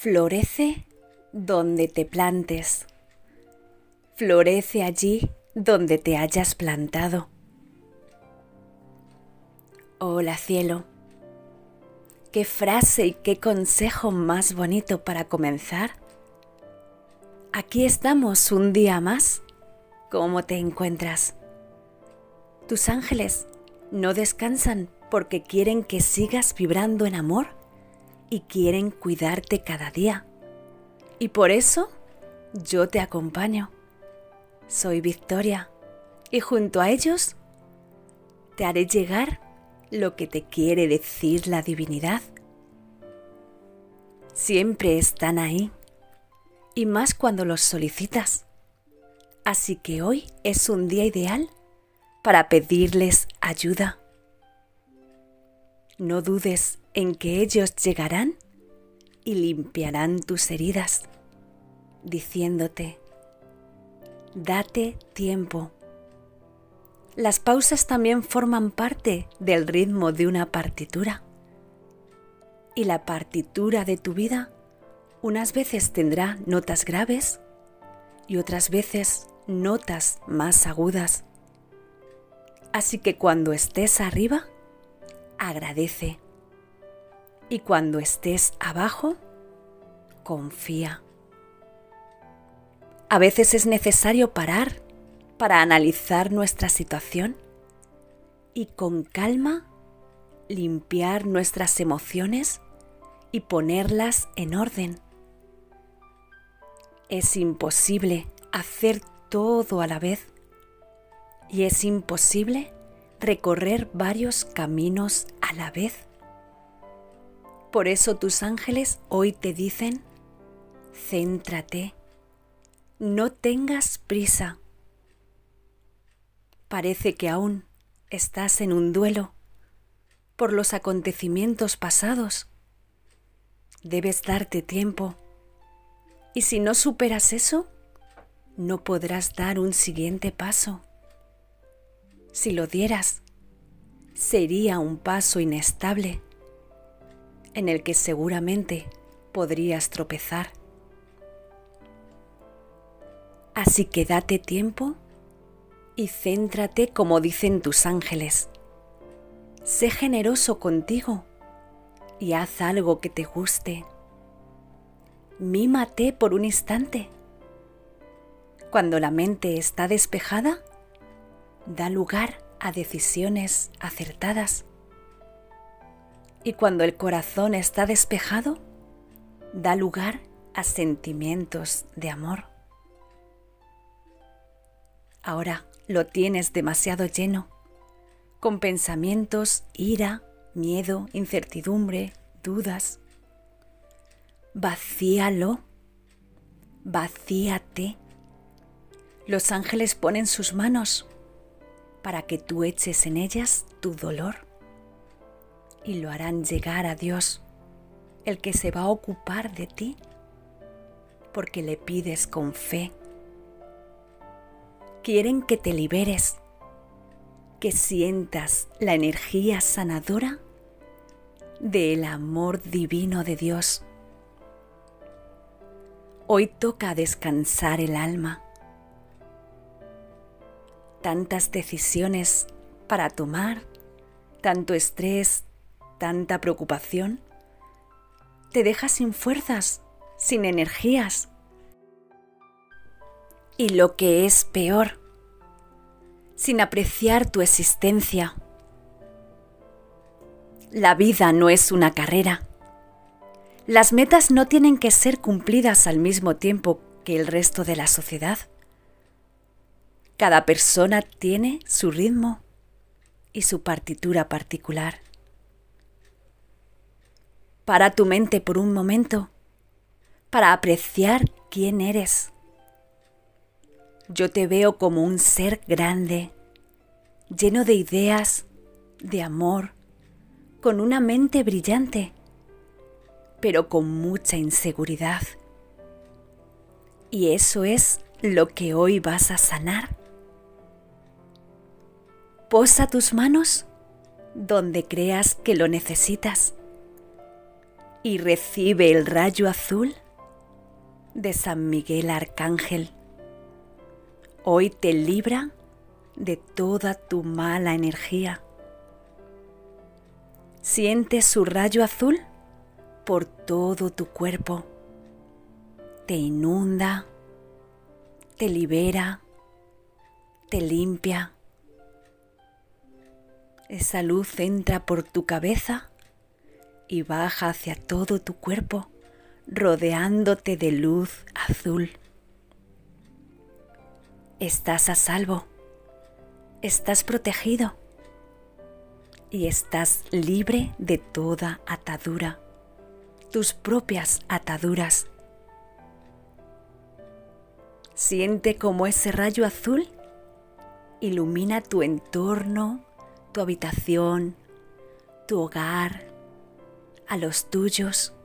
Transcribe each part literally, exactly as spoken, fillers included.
Florece donde te plantes. Florece allí donde te hayas plantado. Hola cielo, qué frase y qué consejo más bonito para comenzar. Aquí estamos un día más. ¿Cómo te encuentras? Tus ángeles no descansan porque quieren que sigas vibrando en amor y quieren cuidarte cada día. Y por eso yo te acompaño. Soy Victoria y junto a ellos te haré llegar lo que te quiere decir la divinidad. Siempre están ahí y más cuando los solicitas. Así que hoy es un día ideal para pedirles ayuda. No dudes en que ellos llegarán y limpiarán tus heridas, diciéndote: date tiempo. Las pausas también forman parte del ritmo de una partitura. Y la partitura de tu vida unas veces tendrá notas graves y otras veces notas más agudas. Así que cuando estés arriba, agradece. Y cuando estés abajo, confía. A veces es necesario parar para analizar nuestra situación y con calma limpiar nuestras emociones y ponerlas en orden. Es imposible hacer todo a la vez y es imposible recorrer varios caminos a la vez. Por eso tus ángeles hoy te dicen: céntrate, no tengas prisa. Parece que aún estás en un duelo por los acontecimientos pasados. Debes darte tiempo. Y si no superas eso, no podrás dar un siguiente paso. Si lo dieras, sería un paso inestable, en el que seguramente podrías tropezar. Así que date tiempo y céntrate como dicen tus ángeles. Sé generoso contigo y haz algo que te guste. Mímate por un instante. Cuando la mente está despejada, da lugar a decisiones acertadas. Y cuando el corazón está despejado, da lugar a sentimientos de amor. Ahora lo tienes demasiado lleno, con pensamientos, ira, miedo, incertidumbre, dudas. Vacíalo, vacíate. Los ángeles ponen sus manos para que tú eches en ellas tu dolor y lo harán llegar a Dios, el que se va a ocupar de ti, porque le pides con fe. Quieren que te liberes, que sientas la energía sanadora del amor divino de Dios. Hoy toca descansar el alma. Tantas decisiones para tomar, tanto estrés, tanta preocupación, te deja sin fuerzas, sin energías. Y lo que es peor, sin apreciar tu existencia. La vida no es una carrera. Las metas no tienen que ser cumplidas al mismo tiempo que el resto de la sociedad. Cada persona tiene su ritmo y su partitura particular. Para tu mente por un momento para apreciar quién eres. Yo te veo como un ser grande, lleno de ideas, de amor, con una mente brillante, pero con mucha inseguridad. Y eso es lo que hoy vas a sanar. Posa tus manos donde creas que lo necesitas. y recibe el rayo azul de San Miguel Arcángel. Hoy te libra de toda tu mala energía. Siente su rayo azul por todo tu cuerpo. Te inunda, te libera, te limpia. Esa luz entra por tu cabeza y baja hacia todo tu cuerpo, rodeándote de luz azul. Estás a salvo, estás protegido y estás libre de toda atadura, tus propias ataduras. Siente cómo ese rayo azul ilumina tu entorno, tu habitación, tu hogar, a los tuyos,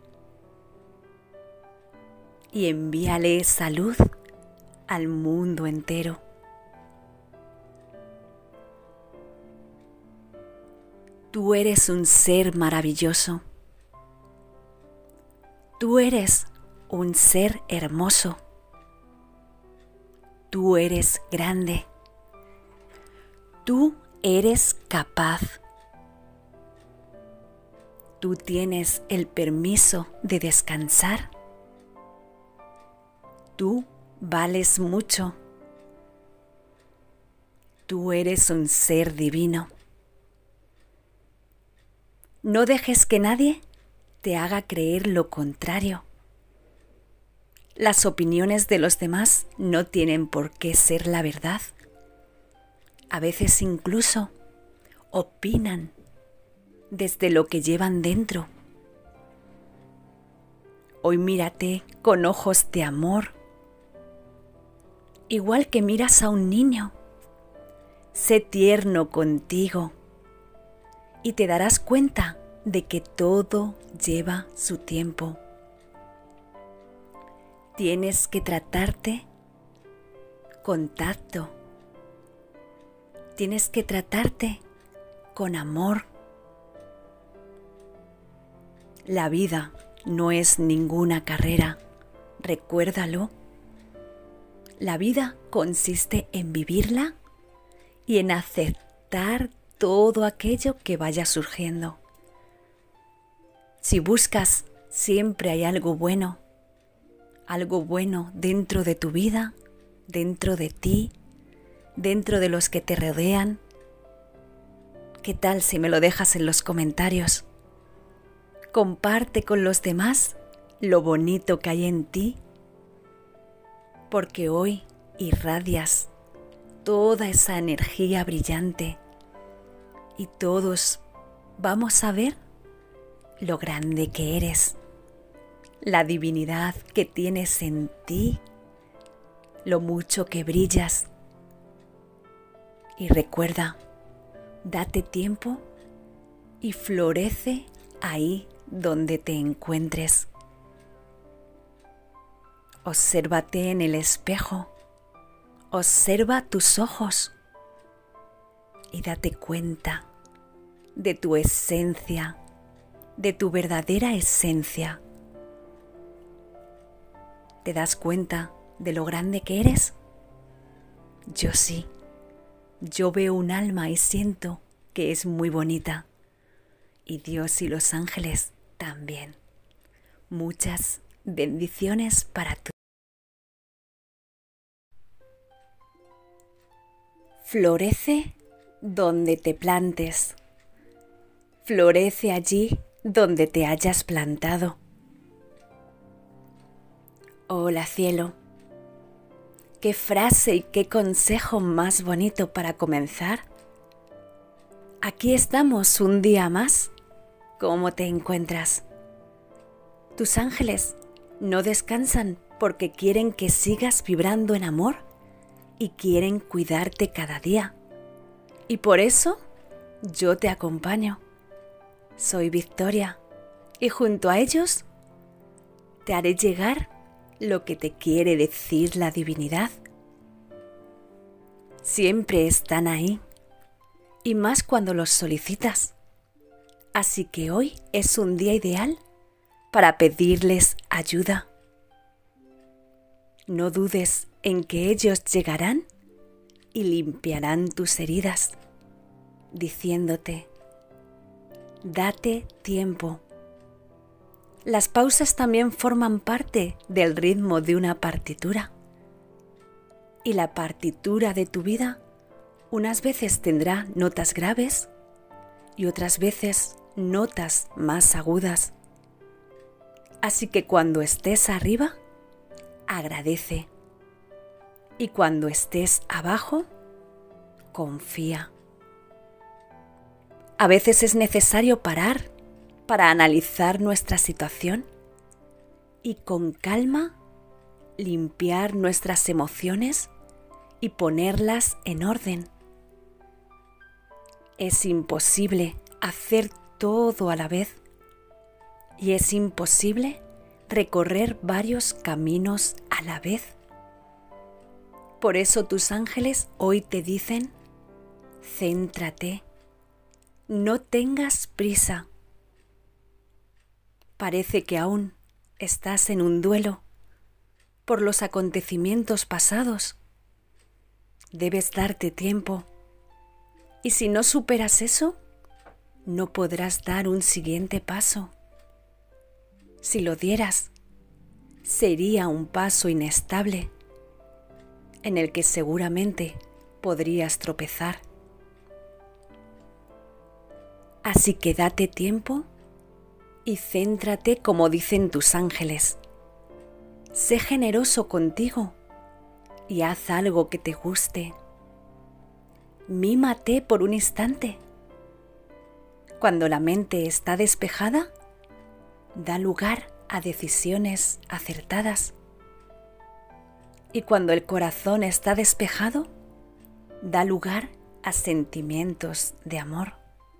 y envíale esa luz al mundo entero. Tú eres un ser maravilloso. Tú eres un ser hermoso. Tú eres grande. Tú eres capaz. Tú tienes el permiso de descansar. Tú vales mucho. Tú eres un ser divino. No dejes que nadie te haga creer lo contrario. Las opiniones de los demás no tienen por qué ser la verdad. A veces incluso opinan desde lo que llevan dentro. Hoy mírate con ojos de amor, igual que miras a un niño. Sé tierno contigo y te darás cuenta de que todo lleva su tiempo. Tienes que tratarte con tacto. Tienes que tratarte con amor. La vida no es ninguna carrera, recuérdalo. La vida consiste en vivirla y en aceptar todo aquello que vaya surgiendo. Si buscas, siempre hay algo bueno, algo bueno dentro de tu vida, dentro de ti, dentro de los que te rodean. ¿Qué tal si me lo dejas en los comentarios? Comparte con los demás lo bonito que hay en ti, porque hoy irradias toda esa energía brillante y todos vamos a ver lo grande que eres, la divinidad que tienes en ti, lo mucho que brillas. Y recuerda, date tiempo y florece ahí donde te encuentres. Obsérvate en el espejo, observa tus ojos y date cuenta de tu esencia, de tu verdadera esencia. ¿Te das cuenta de lo grande que eres? Yo sí. Yo veo un alma y siento que es muy bonita. Y Dios y los ángeles también. Muchas bendiciones para ti. Florece donde te plantes. Florece allí donde te hayas plantado. Hola cielo. ¿Qué frase y qué consejo más bonito para comenzar? Aquí estamos un día más. ¿Cómo te encuentras? Tus ángeles no descansan porque quieren que sigas vibrando en amor y quieren cuidarte cada día. Y por eso yo te acompaño. Soy Victoria y junto a ellos te haré llegar lo que te quiere decir la divinidad. Siempre están ahí, y más cuando los solicitas. Así que hoy es un día ideal para pedirles ayuda. No dudes en que ellos llegarán y limpiarán tus heridas, diciéndote: date tiempo. Las pausas también forman parte del ritmo de una partitura. Y la partitura de tu vida unas veces tendrá notas graves y otras veces notas más agudas. Así que cuando estés arriba, agradece. Y cuando estés abajo, confía. A veces es necesario parar para analizar nuestra situación y con calma limpiar nuestras emociones y ponerlas en orden. Es imposible hacer todo a la vez y es imposible recorrer varios caminos a la vez. Por eso tus ángeles hoy te dicen: céntrate, no tengas prisa. Parece que aún estás en un duelo por los acontecimientos pasados. Debes darte tiempo. Y si no superas eso, no podrás dar un siguiente paso. Si lo dieras, sería un paso inestable, en el que seguramente podrías tropezar. Así que date tiempo y céntrate como dicen tus ángeles. Sé generoso contigo y haz algo que te guste. Mímate por un instante. Cuando la mente está despejada, da lugar a decisiones acertadas. Y cuando el corazón está despejado, da lugar a sentimientos de amor.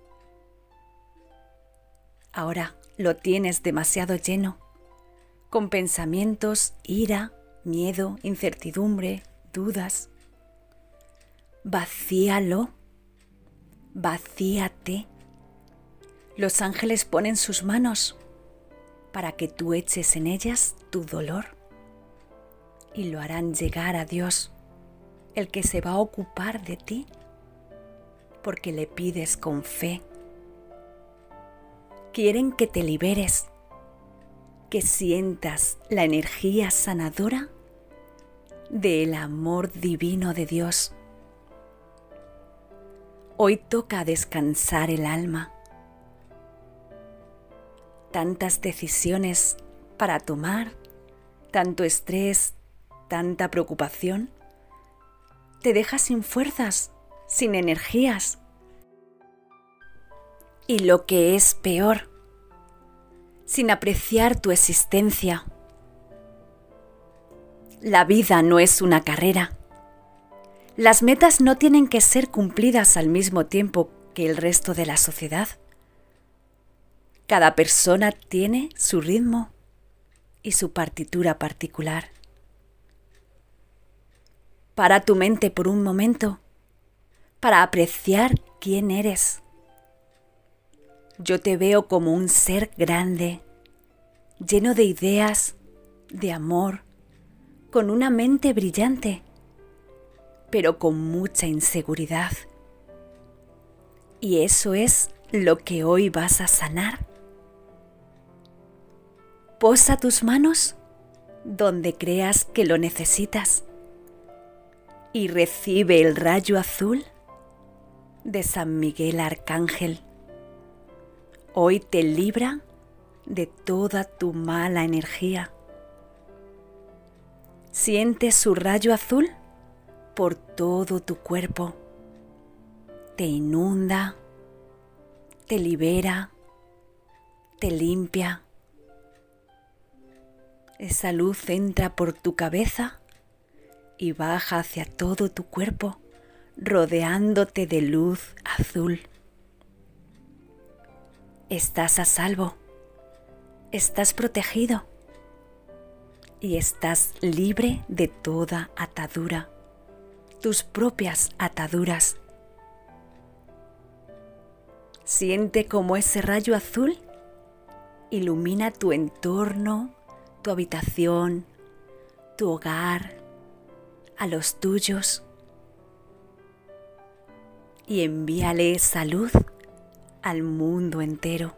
Ahora lo tienes demasiado lleno, con pensamientos, ira, miedo, incertidumbre, dudas. Vacíalo, vacíate. Los ángeles ponen sus manos para que tú eches en ellas tu dolor y lo harán llegar a Dios, el que se va a ocupar de ti, porque le pides con fe. Quieren que te liberes, que sientas la energía sanadora del amor divino de Dios. Hoy toca descansar el alma. Tantas decisiones para tomar, tanto estrés, tanta preocupación, te deja sin fuerzas, sin energías. Y lo que es peor, sin apreciar tu existencia. La vida no es una carrera. Las metas no tienen que ser cumplidas al mismo tiempo que el resto de la sociedad. Cada persona tiene su ritmo y su partitura particular. Para tu mente por un momento para apreciar quién eres. Yo te veo como un ser grande, lleno de ideas, de amor, con una mente brillante, pero con mucha inseguridad. Y eso es lo que hoy vas a sanar. Posa tus manos donde creas que lo necesitas y recibe el rayo azul de San Miguel Arcángel. Hoy te libra de toda tu mala energía. Siente su rayo azul por todo tu cuerpo. Te inunda, te libera, te limpia. Esa luz entra por tu cabeza y baja hacia todo tu cuerpo, rodeándote de luz azul. Estás a salvo, estás protegido y estás libre de toda atadura, tus propias ataduras. Siente cómo ese rayo azul Ilumina tu entorno, tu habitación, tu hogar, a los tuyos y envíale salud al mundo entero.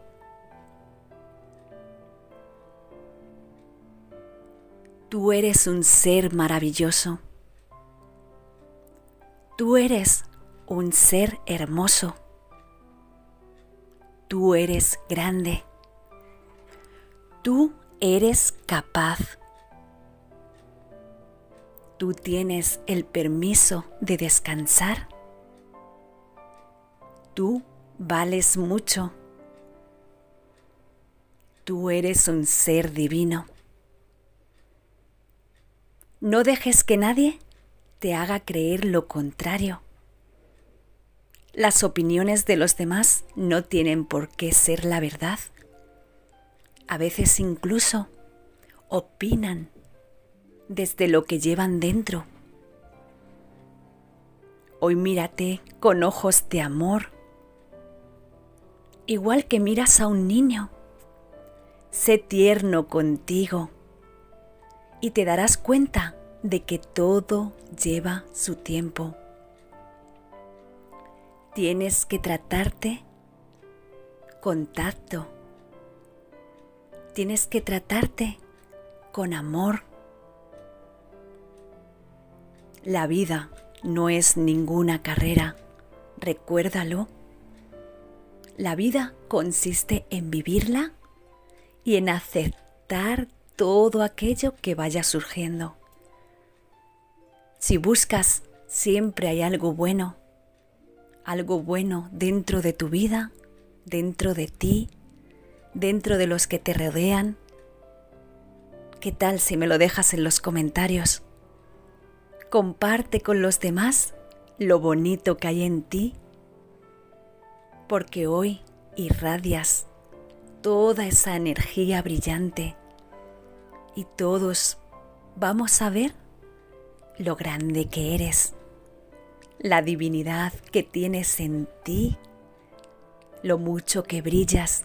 Tú eres un ser maravilloso. Tú eres un ser hermoso. Tú eres grande. Tú eres capaz. Tú tienes el permiso de descansar. Tú vales mucho. Tú eres un ser divino. No dejes que nadie te haga creer lo contrario. Las opiniones de los demás no tienen por qué ser la verdad. A veces incluso opinan desde lo que llevan dentro. Hoy mírate con ojos de amor, igual que miras a un niño. Sé tierno contigo y te darás cuenta de que todo lleva su tiempo. Tienes que tratarte con tacto. Tienes que tratarte con amor. La vida no es ninguna carrera, recuérdalo. La vida consiste en vivirla y en aceptar todo aquello que vaya surgiendo. Si buscas, siempre hay algo bueno, algo bueno dentro de tu vida, dentro de ti, dentro de los que te rodean. ¿Qué tal si me lo dejas en los comentarios? Comparte con los demás lo bonito que hay en ti, porque hoy irradias toda esa energía brillante y todos vamos a ver lo grande que eres, la divinidad que tienes en ti, lo mucho que brillas.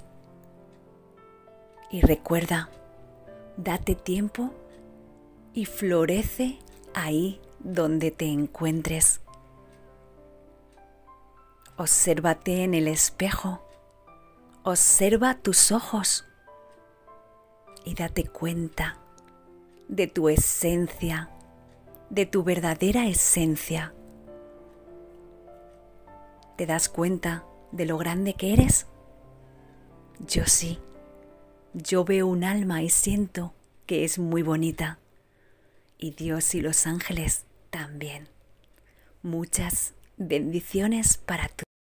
Y recuerda, date tiempo y florece ahí donde te encuentres. Obsérvate en el espejo, observa tus ojos y date cuenta de tu esencia, de tu verdadera esencia. ¿Te das cuenta de lo grande que eres? Yo sí. Yo veo un alma y siento que es muy bonita. Y Dios y los ángeles también. Muchas bendiciones para ti.